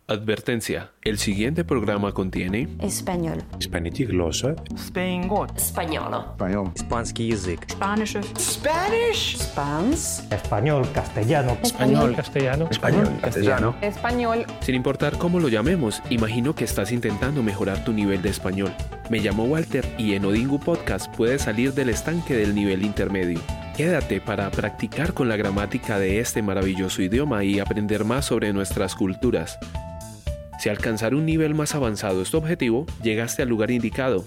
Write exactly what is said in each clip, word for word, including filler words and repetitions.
Advertencia: el siguiente programa contiene español, Ισπανική γλώσσα, Spaingot, español, español, Испанский язык. Spanish, Spanish, Spans, Español, castellano. Español, castellano. español, castellano. Español. Sin importar cómo lo llamemos, imagino que estás intentando mejorar tu nivel de español. Me llamo Walter y en Odingu Podcast puedes salir del estanque del nivel intermedio. Quédate para practicar con la gramática de este maravilloso idioma y aprender más sobre nuestras culturas. Si alcanzar un nivel más avanzado es tu objetivo, llegaste al lugar indicado.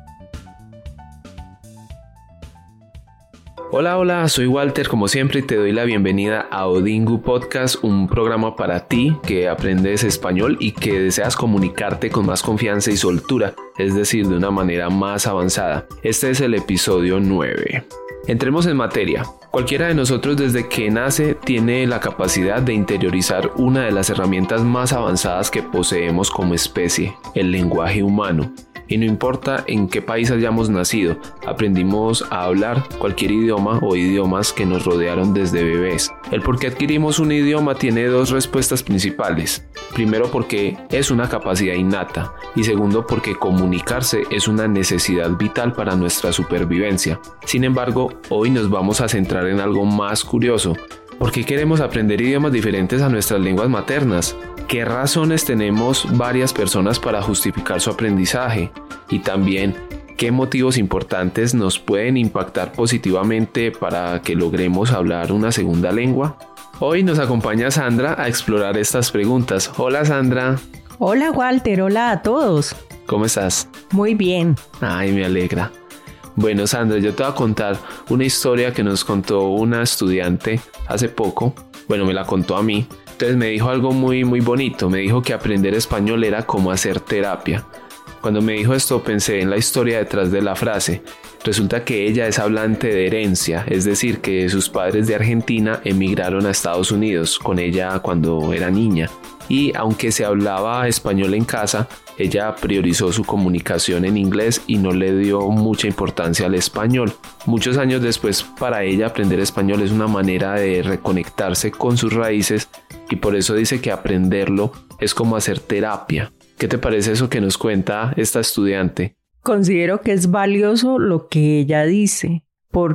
Hola, hola, soy Walter como siempre y te doy la bienvenida a Odingu Podcast, un programa para ti que aprendes español y que deseas comunicarte con más confianza y soltura, es decir, de una manera más avanzada. Este es el episodio nueve. Entremos en materia. Cualquiera de nosotros desde que nace tiene la capacidad de interiorizar una de las herramientas más avanzadas que poseemos como especie, el lenguaje humano. Y no importa en qué país hayamos nacido, aprendimos a hablar cualquier idioma o idiomas que nos rodearon desde bebés. El por qué adquirimos un idioma tiene dos respuestas principales. Primero, porque es una capacidad innata, y segundo, porque comunicarse es una necesidad vital para nuestra supervivencia. Sin embargo, hoy nos vamos a centrar en algo más curioso. ¿Por qué queremos aprender idiomas diferentes a nuestras lenguas maternas? ¿Qué razones tenemos varias personas para justificar su aprendizaje? Y también, ¿qué motivos importantes nos pueden impactar positivamente para que logremos hablar una segunda lengua? Hoy nos acompaña Sandra a explorar estas preguntas. Hola, Sandra. Hola, Walter. Hola a todos. ¿Cómo estás? Muy bien. Ay, me alegra. Bueno, Sandra, yo te voy a contar una historia que nos contó una estudiante hace poco. Bueno, me la contó a mí. Entonces me dijo algo muy, muy bonito. Me dijo que aprender español era como hacer terapia. Cuando me dijo esto pensé en la historia detrás de la frase. Resulta que ella es hablante de herencia, es decir, que sus padres de Argentina emigraron a Estados Unidos con ella cuando era niña. Y aunque se hablaba español en casa, ella priorizó su comunicación en inglés y no le dio mucha importancia al español. Muchos años después, para ella aprender español es una manera de reconectarse con sus raíces y por eso dice que aprenderlo es como hacer terapia. ¿Qué te parece eso que nos cuenta esta estudiante? Considero que es valioso lo que ella dice,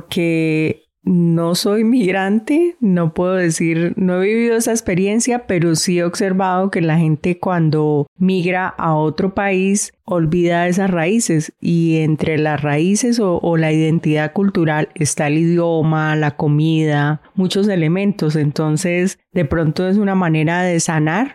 porque no soy migrante, no puedo decir, no he vivido esa experiencia, pero sí he observado que la gente cuando migra a otro país olvida esas raíces y entre las raíces o, o la identidad cultural está el idioma, la comida, muchos elementos. Entonces, de pronto es una manera de sanar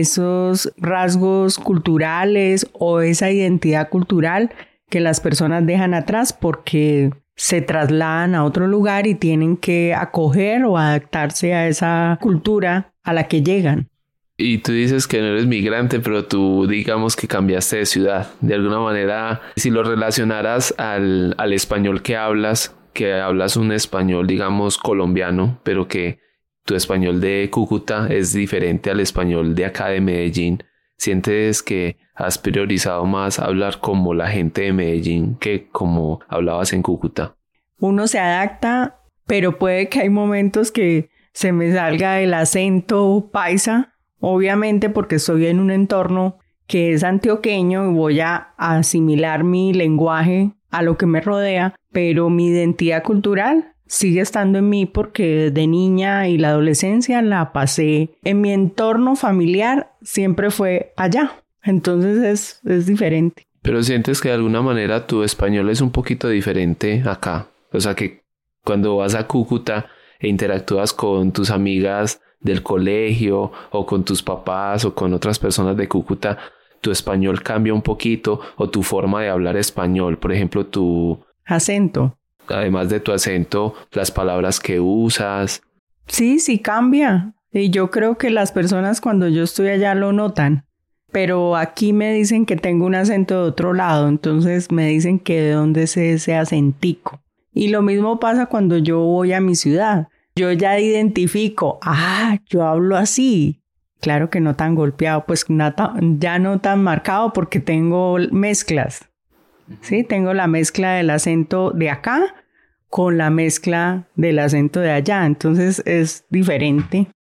esos rasgos culturales o esa identidad cultural que las personas dejan atrás porque se trasladan a otro lugar y tienen que acoger o adaptarse a esa cultura a la que llegan. Y tú dices que no eres migrante, pero tú digamos que cambiaste de ciudad. De alguna manera, si lo relacionaras al, al español que hablas, que hablas un español, digamos, colombiano, pero que tu español de Cúcuta es diferente al español de acá de Medellín, ¿sientes que has priorizado más hablar como la gente de Medellín que como hablabas en Cúcuta? Uno se adapta, pero puede que hay momentos que se me salga el acento paisa, obviamente porque estoy en un entorno que es antioqueño y voy a asimilar mi lenguaje a lo que me rodea, pero mi identidad cultural sigue estando en mí porque de niña y la adolescencia la pasé en mi entorno familiar, siempre fue allá. Entonces es, es diferente. Pero sientes que de alguna manera tu español es un poquito diferente acá. O sea que cuando vas a Cúcuta e interactúas con tus amigas del colegio o con tus papás o con otras personas de Cúcuta, tu español cambia un poquito o tu forma de hablar español, por ejemplo, tu acento. Además de tu acento, las palabras que usas. Sí, sí cambia. Y yo creo que las personas cuando yo estoy allá lo notan. Pero aquí me dicen que tengo un acento de otro lado, entonces me dicen que de dónde es ese acentico. Y lo mismo pasa cuando yo voy a mi ciudad. Yo ya identifico, ah, yo hablo así. Claro que no tan golpeado, pues ya no tan marcado porque tengo mezclas. Sí, tengo la mezcla del acento de acá con la mezcla del acento de allá, entonces es diferente.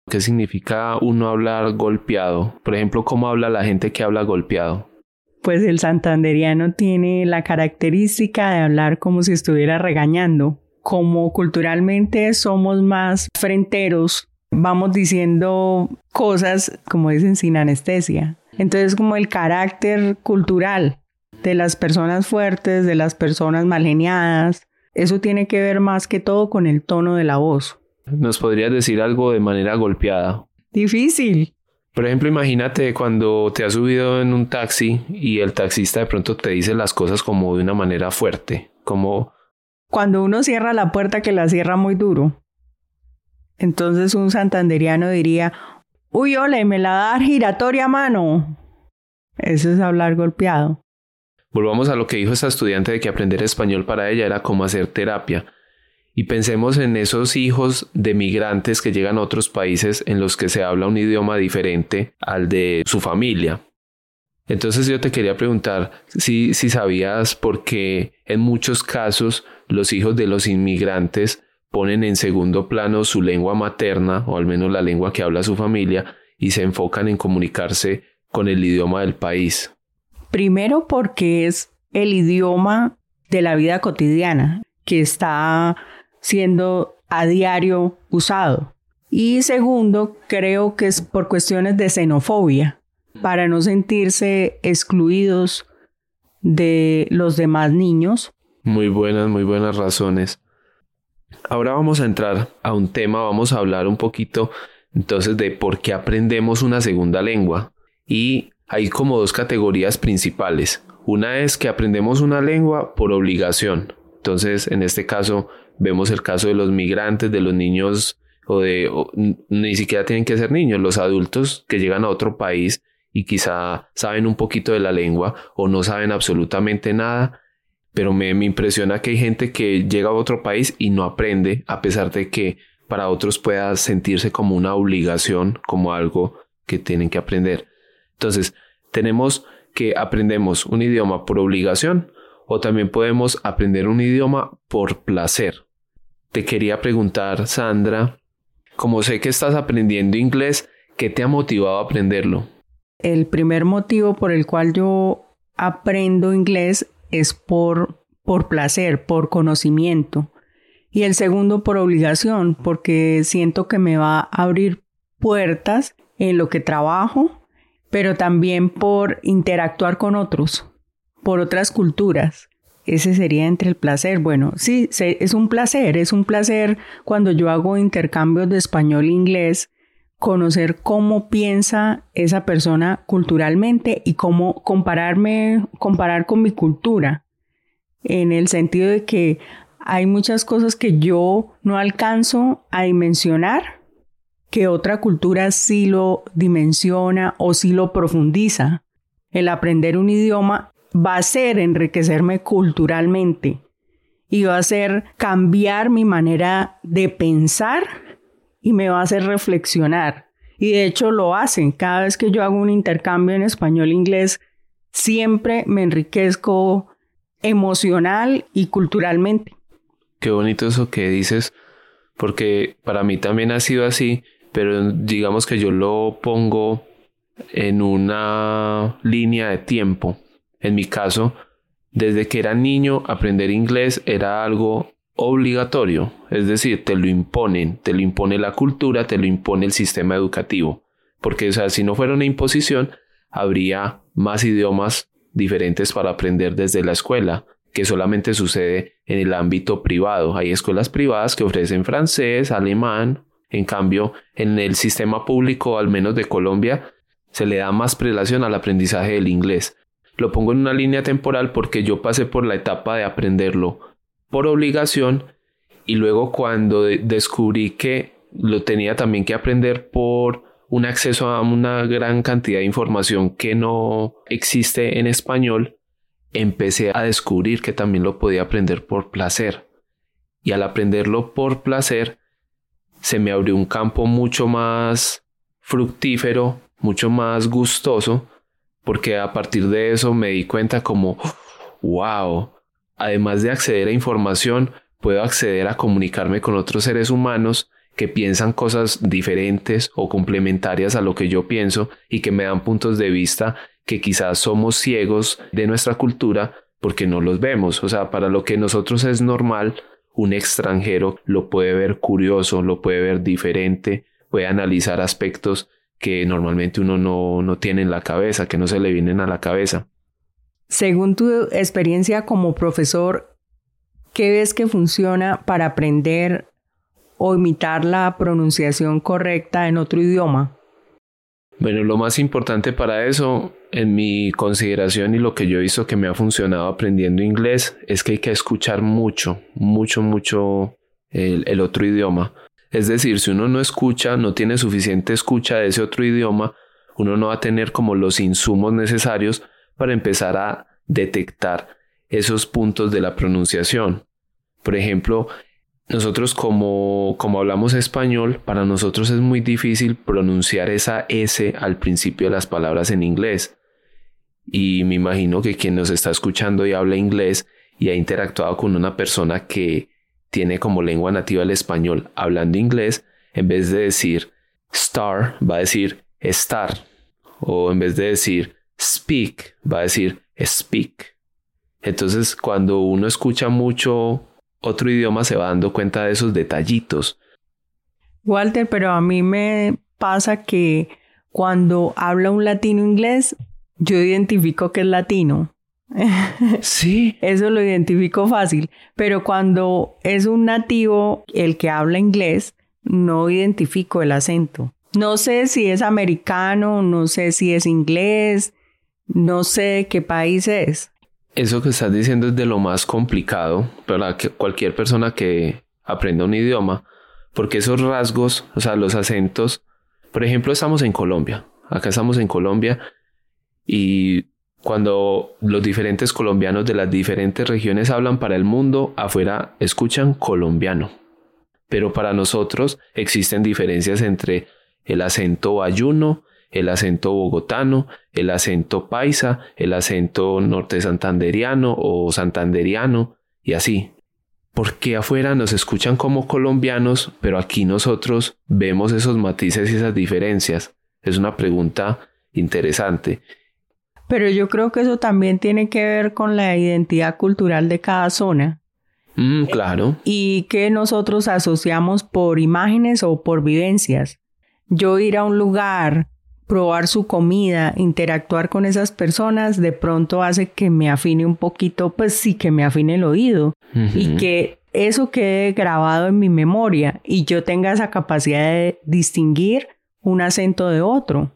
¿Qué significa uno hablar golpeado? Por ejemplo, ¿cómo habla la gente que habla golpeado? Pues el santandereano tiene la característica de hablar como si estuviera regañando. Como culturalmente somos más fronteros, vamos diciendo cosas, como dicen, sin anestesia. Entonces, como el carácter cultural de las personas fuertes, de las personas mal geniadas, eso tiene que ver más que todo con el tono de la voz. ¿Nos podrías decir algo de manera golpeada? Difícil. Por ejemplo, imagínate cuando te has subido en un taxi y el taxista de pronto te dice las cosas como de una manera fuerte, como... Cuando uno cierra la puerta, que la cierra muy duro. Entonces un santandereano diría, uy, ole, me la da giratoria, mano. Eso es hablar golpeado. Volvamos a lo que dijo esta estudiante de que aprender español para ella era como hacer terapia. Y pensemos en esos hijos de migrantes que llegan a otros países en los que se habla un idioma diferente al de su familia. Entonces yo te quería preguntar si, si sabías por qué en muchos casos los hijos de los inmigrantes ponen en segundo plano su lengua materna, o al menos la lengua que habla su familia, y se enfocan en comunicarse con el idioma del país. Primero porque es el idioma de la vida cotidiana que está siendo a diario usado. Y segundo, creo que es por cuestiones de xenofobia, para no sentirse excluidos de los demás niños. Muy buenas, muy buenas razones. Ahora vamos a entrar a un tema, vamos a hablar un poquito entonces de por qué aprendemos una segunda lengua. Y hay como dos categorías principales. Una es que aprendemos una lengua por obligación. Entonces, en este caso, vemos el caso de los migrantes, de los niños, o de o, ni siquiera tienen que ser niños, los adultos que llegan a otro país y quizá saben un poquito de la lengua o no saben absolutamente nada, pero me, me impresiona que hay gente que llega a otro país y no aprende, a pesar de que para otros pueda sentirse como una obligación, como algo que tienen que aprender. Entonces, tenemos que aprendemos un idioma por obligación o también podemos aprender un idioma por placer. Te quería preguntar, Sandra, como sé que estás aprendiendo inglés, ¿qué te ha motivado a aprenderlo? El primer motivo por el cual yo aprendo inglés es por, por placer, por conocimiento. Y el segundo por obligación, porque siento que me va a abrir puertas en lo que trabajo, pero también por interactuar con otros, por otras culturas. Ese sería entre el placer. Bueno, sí, es un placer, es un placer cuando yo hago intercambios de español e inglés, conocer cómo piensa esa persona culturalmente y cómo compararme, comparar con mi cultura, en el sentido de que hay muchas cosas que yo no alcanzo a dimensionar, que otra cultura sí lo dimensiona o sí lo profundiza. El aprender un idioma va a ser enriquecerme culturalmente y va a ser cambiar mi manera de pensar y me va a hacer reflexionar. Y de hecho lo hacen. Cada vez que yo hago un intercambio en español-inglés, siempre me enriquezco emocional y culturalmente. Qué bonito eso que dices, porque para mí también ha sido así, pero digamos que yo lo pongo en una línea de tiempo. En mi caso, desde que era niño, aprender inglés era algo obligatorio, es decir, te lo imponen, te lo impone la cultura, te lo impone el sistema educativo, porque o sea, si no fuera una imposición, habría más idiomas diferentes para aprender desde la escuela, que solamente sucede en el ámbito privado. Hay escuelas privadas que ofrecen francés, alemán, en cambio, en el sistema público, al menos de Colombia, se le da más prelación al aprendizaje del inglés. Lo pongo en una línea temporal porque yo pasé por la etapa de aprenderlo por obligación y luego cuando de- descubrí que lo tenía también que aprender por un acceso a una gran cantidad de información que no existe en español, empecé a descubrir que también lo podía aprender por placer. Y al aprenderlo por placer, se me abrió un campo mucho más fructífero, mucho más gustoso, porque a partir de eso me di cuenta como, wow, además de acceder a información, puedo acceder a comunicarme con otros seres humanos que que piensan cosas diferentes o complementarias a lo que yo pienso y que me dan puntos de vista que quizás somos ciegos de nuestra cultura porque no los vemos. O sea, para lo que nosotros es normal, un extranjero lo puede ver curioso, lo puede ver diferente, puede analizar aspectos que normalmente uno no, no tiene en la cabeza, que no se le vienen a la cabeza. Según tu experiencia como profesor, ¿qué ves que funciona para aprender o imitar la pronunciación correcta en otro idioma? Bueno, lo más importante para eso, en mi consideración y lo que yo he visto que me ha funcionado aprendiendo inglés, es que hay que escuchar mucho, mucho, mucho el, el otro idioma. Es decir, si uno no escucha, no tiene suficiente escucha de ese otro idioma, uno no va a tener como los insumos necesarios para empezar a detectar esos puntos de la pronunciación. Por ejemplo, nosotros como, como hablamos español, para nosotros es muy difícil pronunciar esa S al principio de las palabras en inglés. Y me imagino que quien nos está escuchando y habla inglés y ha interactuado con una persona que tiene como lengua nativa el español hablando inglés, en vez de decir star, va a decir estar. O en vez de decir speak, va a decir speak. Entonces, cuando uno escucha mucho otro idioma, se va dando cuenta de esos detallitos. Walter, pero a mí me pasa que cuando habla un latino inglés, yo identifico que es latino. Sí. Eso lo identifico fácil. Pero cuando es un nativo el que habla inglés, no identifico el acento. No sé si es americano, no sé si es inglés, no sé de qué país es. Eso que estás diciendo es de lo más complicado para que cualquier persona que aprenda un idioma, porque esos rasgos, o sea, los acentos, por ejemplo, estamos en Colombia, acá estamos en Colombia y cuando los diferentes colombianos de las diferentes regiones hablan para el mundo, afuera escuchan colombiano, pero para nosotros existen diferencias entre el acento bayuno, el acento bogotano, el acento paisa, el acento norte santanderiano o santanderiano y así. ¿Por qué afuera nos escuchan como colombianos, pero aquí nosotros vemos esos matices y esas diferencias? Es una pregunta interesante. Pero yo creo que eso también tiene que ver con la identidad cultural de cada zona. Mm, claro. Y que nosotros asociamos por imágenes o por vivencias. Yo ir a un lugar, probar su comida, interactuar con esas personas, de pronto hace que me afine un poquito, pues sí, que me afine el oído. Uh-huh. Y que eso quede grabado en mi memoria y yo tenga esa capacidad de distinguir un acento de otro.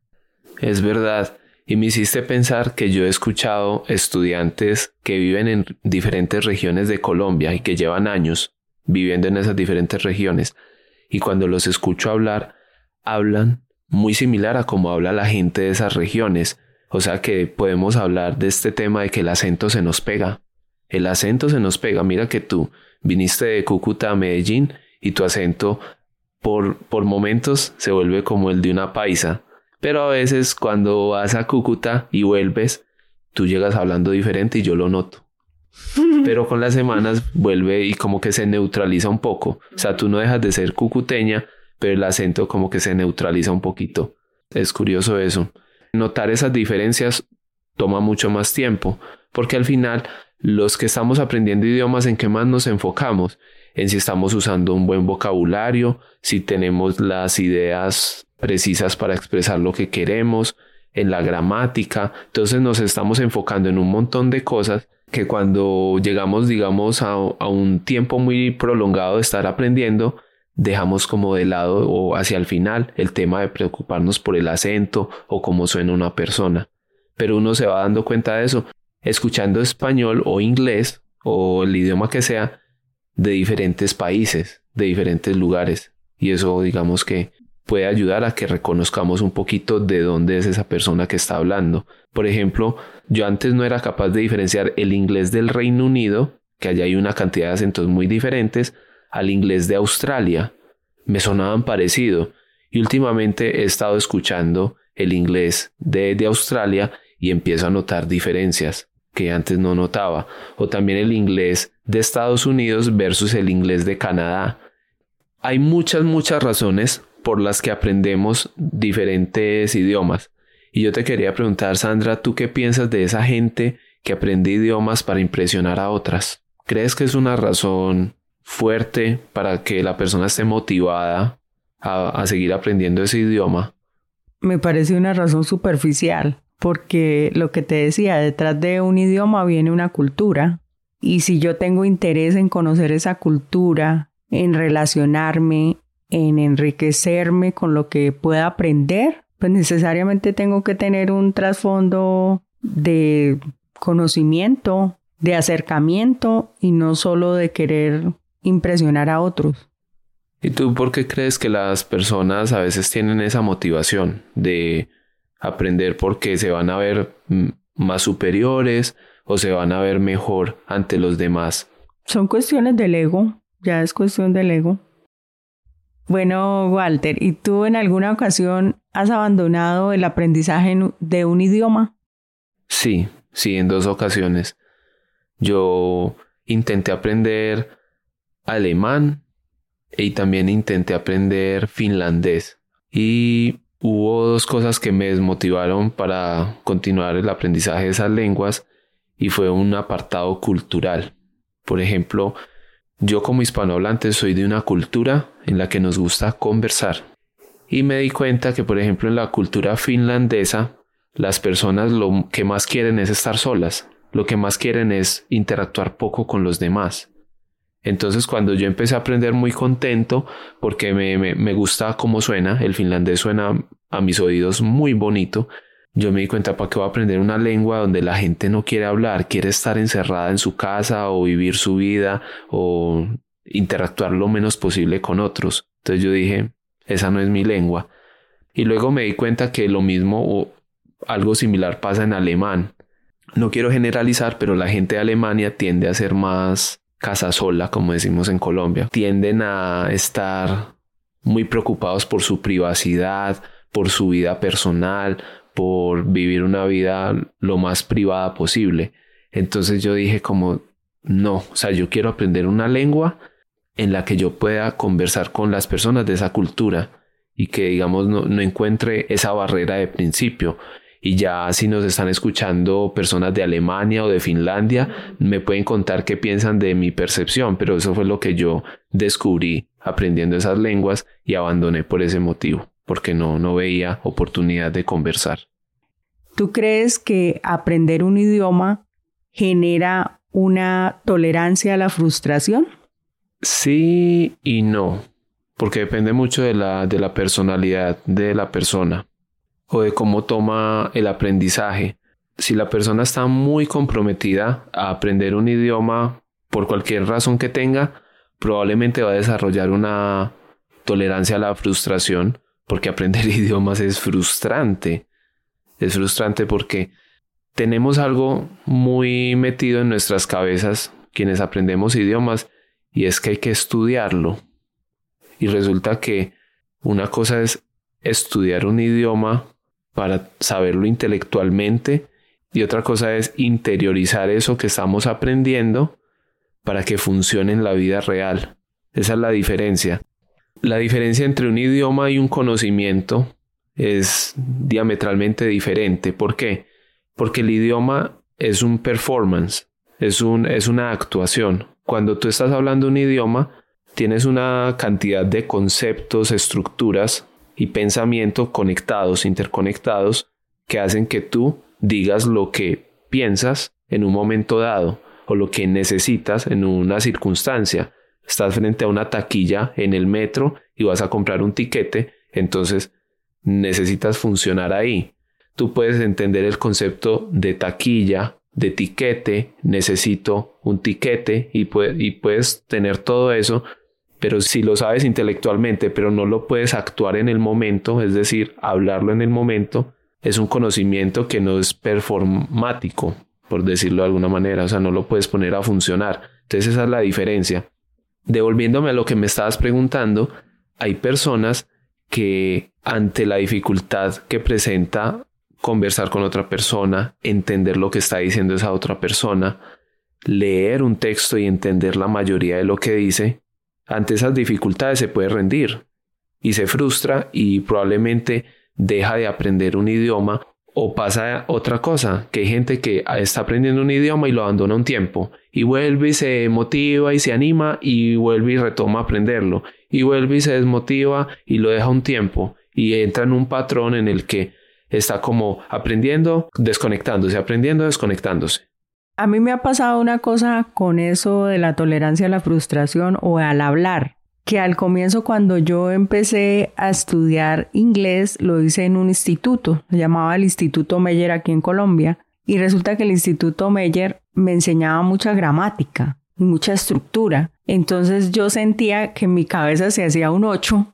Es verdad. Y me hiciste pensar que yo he escuchado estudiantes que viven en diferentes regiones de Colombia y que llevan años viviendo en esas diferentes regiones. Y cuando los escucho hablar, hablan muy similar a como habla la gente de esas regiones. O sea que podemos hablar de este tema de que el acento se nos pega. El acento se nos pega. Mira que tú viniste de Cúcuta a Medellín y tu acento por, por momentos se vuelve como el de una paisa. Pero a veces cuando vas a Cúcuta y vuelves, tú llegas hablando diferente y yo lo noto. Pero con las semanas vuelve y como que se neutraliza un poco. O sea, tú no dejas de ser cucuteña, pero el acento como que se neutraliza un poquito. Es curioso eso. Notar esas diferencias toma mucho más tiempo, porque al final los que estamos aprendiendo idiomas, ¿en qué más nos enfocamos? En si estamos usando un buen vocabulario, si tenemos las ideas precisas para expresar lo que queremos, en la gramática. Entonces nos estamos enfocando en un montón de cosas que cuando llegamos, digamos, a, a un tiempo muy prolongado de estar aprendiendo, dejamos como de lado o hacia el final el tema de preocuparnos por el acento o cómo suena una persona. Pero uno se va dando cuenta de eso, escuchando español o inglés o el idioma que sea de diferentes países, de diferentes lugares. Y eso, digamos que puede ayudar a que reconozcamos un poquito de dónde es esa persona que está hablando. Por ejemplo, yo antes no era capaz de diferenciar el inglés del Reino Unido, que allá hay una cantidad de acentos muy diferentes, al inglés de Australia. Me sonaban parecido. Y últimamente he estado escuchando el inglés de, de Australia y empiezo a notar diferencias que antes no notaba. O también el inglés de Estados Unidos versus el inglés de Canadá. hay muchas, muchas razones por las que aprendemos diferentes idiomas. Y yo te quería preguntar, Sandra, ¿tú qué piensas de esa gente que aprende idiomas para impresionar a otras? ¿Crees que es una razón fuerte para que la persona esté motivada a, a seguir aprendiendo ese idioma? Me parece una razón superficial, porque lo que te decía, detrás de un idioma viene una cultura. Y si yo tengo interés en conocer esa cultura, en relacionarme, en enriquecerme con lo que pueda aprender, pues necesariamente tengo que tener un trasfondo de conocimiento, de acercamiento y no solo de querer impresionar a otros. ¿Y tú por qué crees que las personas a veces tienen esa motivación de aprender porque se van a ver más superiores o se van a ver mejor ante los demás? Son cuestiones del ego, ya es cuestión del ego. Bueno, Walter, ¿y tú en alguna ocasión has abandonado el aprendizaje de un idioma? Sí, sí, en dos ocasiones. Yo intenté aprender alemán y también intenté aprender finlandés. Y hubo dos cosas que me desmotivaron para continuar el aprendizaje de esas lenguas y fue un apartado cultural. Por ejemplo, yo como hispanohablante soy de una cultura en la que nos gusta conversar. Y me di cuenta que, por ejemplo, en la cultura finlandesa, las personas lo que más quieren es estar solas. Lo que más quieren es interactuar poco con los demás. Entonces, cuando yo empecé a aprender muy contento, porque me, me, me gusta cómo suena, el finlandés suena a mis oídos muy bonito, yo me di cuenta, ¿para qué voy a aprender una lengua donde la gente no quiere hablar, quiere estar encerrada en su casa o vivir su vida o interactuar lo menos posible con otros? Entonces yo dije, esa no es mi lengua. Y luego me di cuenta que lo mismo o algo similar pasa en alemán. No quiero generalizar, pero la gente de Alemania tiende a ser más casasola, como decimos en Colombia. Tienden a estar muy preocupados por su privacidad, por su vida personal, por vivir una vida lo más privada posible. Entonces yo dije como, no, o sea, yo quiero aprender una lengua en la que yo pueda conversar con las personas de esa cultura y que, digamos, no, no encuentre esa barrera de principio. Y ya si nos están escuchando personas de Alemania o de Finlandia, me pueden contar qué piensan de mi percepción, pero eso fue lo que yo descubrí aprendiendo esas lenguas y abandoné por ese motivo, porque no, no veía oportunidad de conversar. ¿Tú crees que aprender un idioma genera una tolerancia a la frustración? Sí y no, porque depende mucho de la, de la personalidad de la persona o de cómo toma el aprendizaje. Si la persona está muy comprometida a aprender un idioma por cualquier razón que tenga, probablemente va a desarrollar una tolerancia a la frustración, porque aprender idiomas es frustrante. Es frustrante porque tenemos algo muy metido en nuestras cabezas, quienes aprendemos idiomas, y es que hay que estudiarlo. Y resulta que una cosa es estudiar un idioma para saberlo intelectualmente y otra cosa es interiorizar eso que estamos aprendiendo para que funcione en la vida real. Esa es la diferencia. La diferencia entre un idioma y un conocimiento es diametralmente diferente. ¿Por qué? Porque el idioma es un performance, es, un, es una actuación. Cuando tú estás hablando un idioma, tienes una cantidad de conceptos, estructuras y pensamiento conectados, interconectados, que hacen que tú digas lo que piensas en un momento dado o lo que necesitas en una circunstancia. Estás frente a una taquilla en el metro y vas a comprar un tiquete, entonces necesitas funcionar ahí. Tú puedes entender el concepto de taquilla, de tiquete, necesito un tiquete y, pu- y puedes tener todo eso. Pero si lo sabes intelectualmente, pero no lo puedes actuar en el momento, es decir, hablarlo en el momento, es un conocimiento que no es performático, por decirlo de alguna manera. O sea, no lo puedes poner a funcionar. Entonces esa es la diferencia. Devolviéndome a lo que me estabas preguntando, hay personas que ante la dificultad que presenta conversar con otra persona, entender lo que está diciendo esa otra persona, leer un texto y entender la mayoría de lo que dice, ante esas dificultades se puede rendir y se frustra y probablemente deja de aprender un idioma o pasa otra cosa, que hay gente que está aprendiendo un idioma y lo abandona un tiempo y vuelve y se motiva y se anima y vuelve y retoma a aprenderlo y vuelve y se desmotiva y lo deja un tiempo y entra en un patrón en el que está como aprendiendo, desconectándose, aprendiendo, desconectándose. A mí me ha pasado una cosa con eso de la tolerancia a la frustración o al hablar, que al comienzo cuando yo empecé a estudiar inglés lo hice en un instituto, se llamaba el Instituto Meyer aquí en Colombia, y resulta que el Instituto Meyer me enseñaba mucha gramática y mucha estructura. Entonces yo sentía que en mi cabeza se hacía un ocho,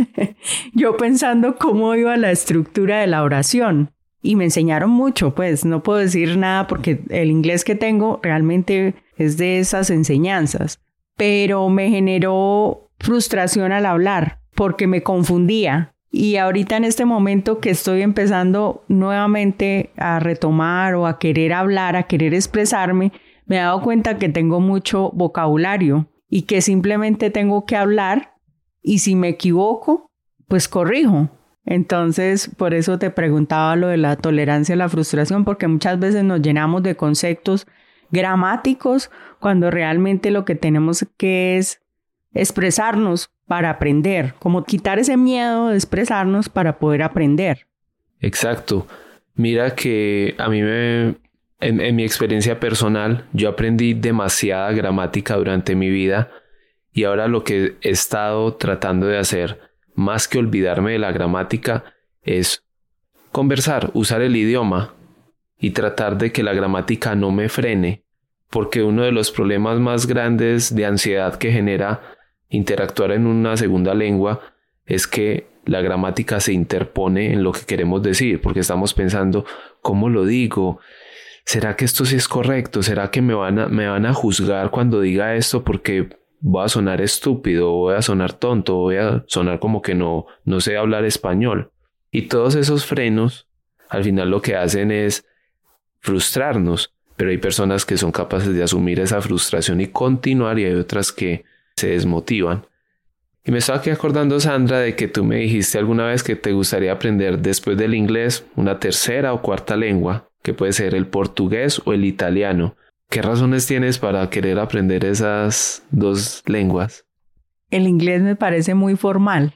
yo pensando cómo iba la estructura de la oración. Y me enseñaron mucho, pues no puedo decir nada porque el inglés que tengo realmente es de esas enseñanzas. Pero me generó frustración al hablar porque me confundía. Y ahorita en este momento que estoy empezando nuevamente a retomar o a querer hablar, a querer expresarme, me he dado cuenta que tengo mucho vocabulario y que simplemente tengo que hablar y si me equivoco, pues corrijo. Entonces, por eso te preguntaba lo de la tolerancia a la frustración, porque muchas veces nos llenamos de conceptos gramáticos cuando realmente lo que tenemos que es expresarnos para aprender, como quitar ese miedo de expresarnos para poder aprender. Exacto. Mira que a mí me, en, en mi experiencia personal, yo aprendí demasiada gramática durante mi vida y ahora lo que he estado tratando de hacer, más que olvidarme de la gramática, es conversar, usar el idioma y tratar de que la gramática no me frene, porque uno de los problemas más grandes de ansiedad que genera interactuar en una segunda lengua es que la gramática se interpone en lo que queremos decir, porque estamos pensando, ¿cómo lo digo? ¿Será que esto sí es correcto? ¿Será que me van a, me van a juzgar cuando diga esto porque voy a sonar estúpido, voy a sonar tonto, voy a sonar como que no, no sé hablar español? Y todos esos frenos al final lo que hacen es frustrarnos, pero hay personas que son capaces de asumir esa frustración y continuar y hay otras que se desmotivan. Y me estaba aquí acordando, Sandra, de que tú me dijiste alguna vez que te gustaría aprender después del inglés una tercera o cuarta lengua, que puede ser el portugués o el italiano. ¿Qué razones tienes para querer aprender esas dos lenguas? El inglés me parece muy formal.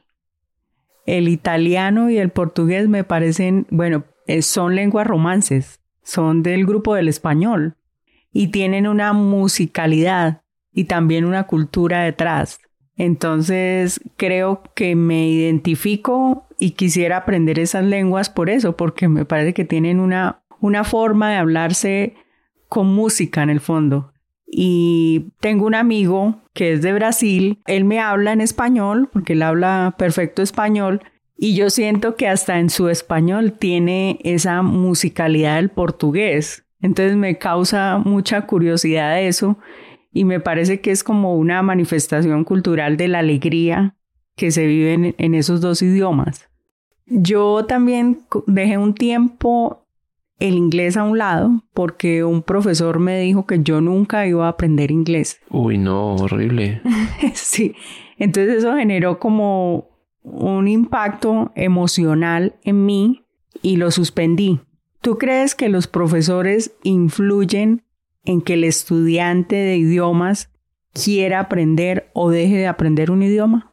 El italiano y el portugués me parecen, bueno, son lenguas romances, son del grupo del español y tienen una musicalidad y también una cultura detrás. Entonces creo que me identifico y quisiera aprender esas lenguas por eso, porque me parece que tienen una, una forma de hablarse con música en el fondo. Y tengo un amigo que es de Brasil, él me habla en español, porque él habla perfecto español, y yo siento que hasta en su español tiene esa musicalidad del portugués. Entonces me causa mucha curiosidad eso, y me parece que es como una manifestación cultural de la alegría que se vive en, en esos dos idiomas. Yo también dejé un tiempo el inglés a un lado porque un profesor me dijo que yo nunca iba a aprender inglés. Uy, no, horrible. Sí, entonces eso generó como un impacto emocional en mí y lo suspendí. ¿Tú crees que los profesores influyen en que el estudiante de idiomas quiera aprender o deje de aprender un idioma?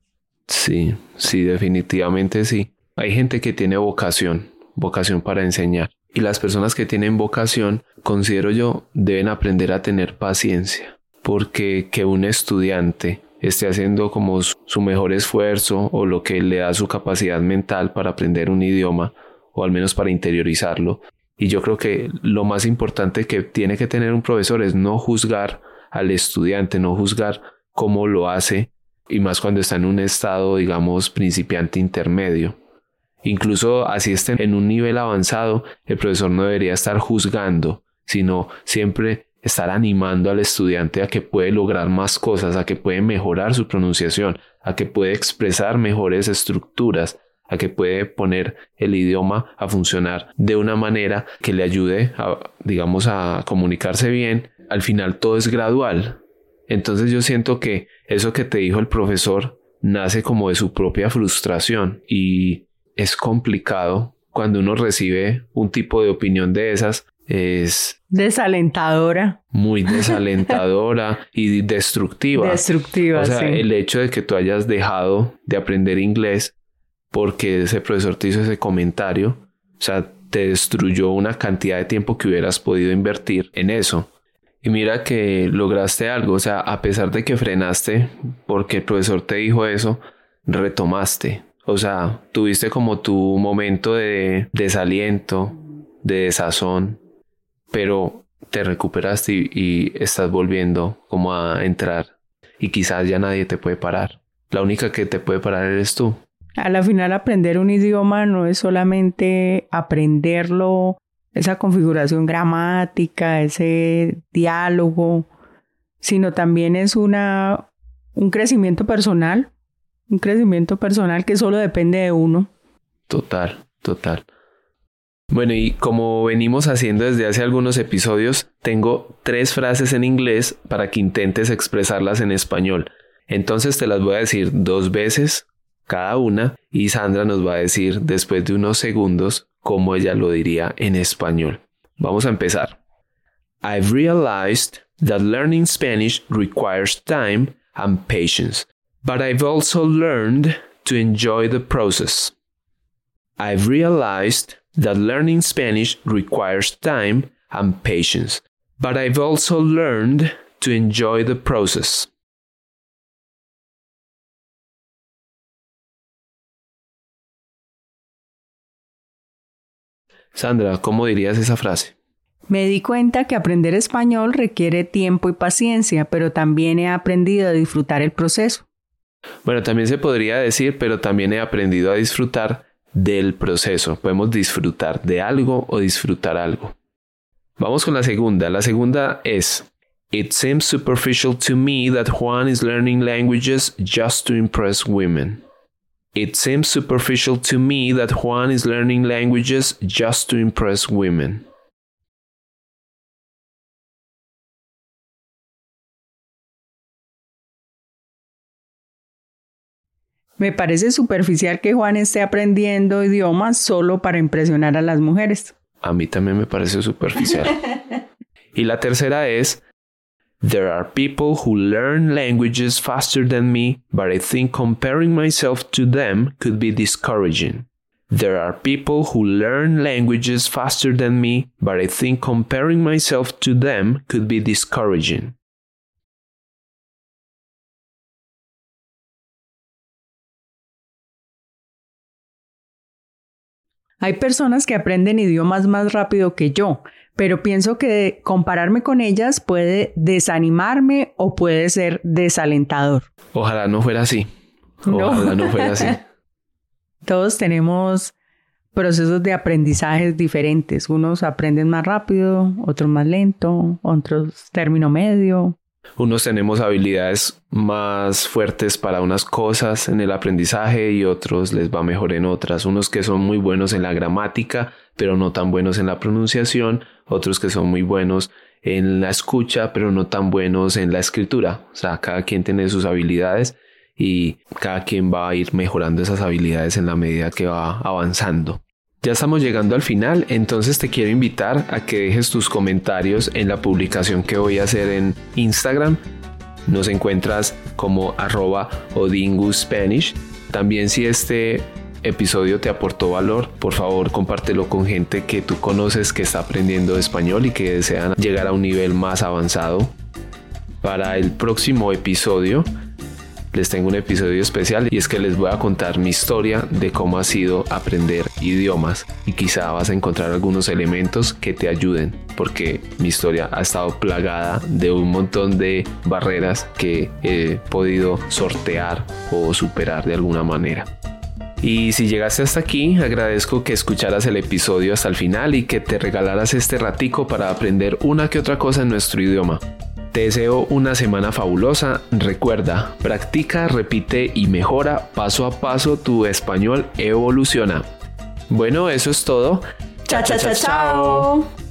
Sí, sí, definitivamente sí. Hay gente que tiene vocación, vocación para enseñar. Y las personas que tienen vocación, considero yo, deben aprender a tener paciencia. Porque que un estudiante esté haciendo como su, su mejor esfuerzo o lo que le da su capacidad mental para aprender un idioma, o al menos para interiorizarlo. Y yo creo que lo más importante que tiene que tener un profesor es no juzgar al estudiante, no juzgar cómo lo hace, y más cuando está en un estado, digamos, principiante intermedio. Incluso así esté en un nivel avanzado, el profesor no debería estar juzgando, sino siempre estar animando al estudiante a que puede lograr más cosas, a que puede mejorar su pronunciación, a que puede expresar mejores estructuras, a que puede poner el idioma a funcionar de una manera que le ayude a, digamos, a comunicarse bien. Al final todo es gradual. Entonces yo siento que eso que te dijo el profesor nace como de su propia frustración y es complicado cuando uno recibe un tipo de opinión de esas. Es desalentadora. Muy desalentadora y destructiva. Destructiva, o sea, sí. El hecho de que tú hayas dejado de aprender inglés porque ese profesor te hizo ese comentario, o sea, te destruyó una cantidad de tiempo que hubieras podido invertir en eso. Y mira que lograste algo, o sea, a pesar de que frenaste porque el profesor te dijo eso, retomaste. O sea, tuviste como tu momento de desaliento, de desazón, pero te recuperaste y, y estás volviendo como a entrar. Y quizás ya nadie te puede parar. La única que te puede parar eres tú. A la final, aprender un idioma no es solamente aprenderlo, esa configuración gramática, ese diálogo, sino también es una, un crecimiento personal, un crecimiento personal que solo depende de uno. Total, total. Bueno, y como venimos haciendo desde hace algunos episodios, tengo tres frases en inglés para que intentes expresarlas en español. Entonces te las voy a decir dos veces cada una y Sandra nos va a decir después de unos segundos cómo ella lo diría en español. Vamos a empezar. I've realized that learning Spanish requires time and patience, but I've also learned to enjoy the process. I've realized that learning Spanish requires time and patience, but I've also learned to enjoy the process. Sandra, ¿cómo dirías esa frase? Me di cuenta que aprender español requiere tiempo y paciencia, pero también he aprendido a disfrutar el proceso. Bueno, también se podría decir, pero también he aprendido a disfrutar del proceso. Podemos disfrutar de algo o disfrutar algo. Vamos con la segunda. La segunda es: It seems superficial to me that Juan is learning languages just to impress women. It seems superficial to me that Juan is learning languages just to impress women. Me parece superficial que Juan esté aprendiendo idiomas solo para impresionar a las mujeres. A mí también me parece superficial. Y la tercera es: There are people who learn languages faster than me, but I think comparing myself to them could be discouraging. There are people who learn languages faster than me, but I think comparing myself to them could be discouraging. Hay personas que aprenden idiomas más rápido que yo, pero pienso que compararme con ellas puede desanimarme o puede ser desalentador. Ojalá no fuera así. Ojalá no, no fuera así. Todos tenemos procesos de aprendizajes diferentes. Unos aprenden más rápido, otros más lento, otros término medio. Unos tenemos habilidades más fuertes para unas cosas en el aprendizaje y otros les va mejor en otras. Unos que son muy buenos en la gramática, pero no tan buenos en la pronunciación. Otros que son muy buenos en la escucha, pero no tan buenos en la escritura. O sea, cada quien tiene sus habilidades y cada quien va a ir mejorando esas habilidades en la medida que va avanzando. Ya estamos llegando al final, entonces te quiero invitar a que dejes tus comentarios en la publicación que voy a hacer en Instagram. Nos encuentras como arroba odinguspanish. También, si este episodio te aportó valor, por favor compártelo con gente que tú conoces que está aprendiendo español y que desean llegar a un nivel más avanzado. Para el próximo episodio les tengo un episodio especial y es que les voy a contar mi historia de cómo ha sido aprender idiomas y quizá vas a encontrar algunos elementos que te ayuden, porque mi historia ha estado plagada de un montón de barreras que he podido sortear o superar de alguna manera. Y si llegaste hasta aquí, agradezco que escucharas el episodio hasta el final y que te regalaras este ratico para aprender una que otra cosa en nuestro idioma. Te deseo una semana fabulosa. Recuerda, practica, repite y mejora paso a paso. Tu español evoluciona. Bueno, eso es todo. Chao, chao, chao, chao.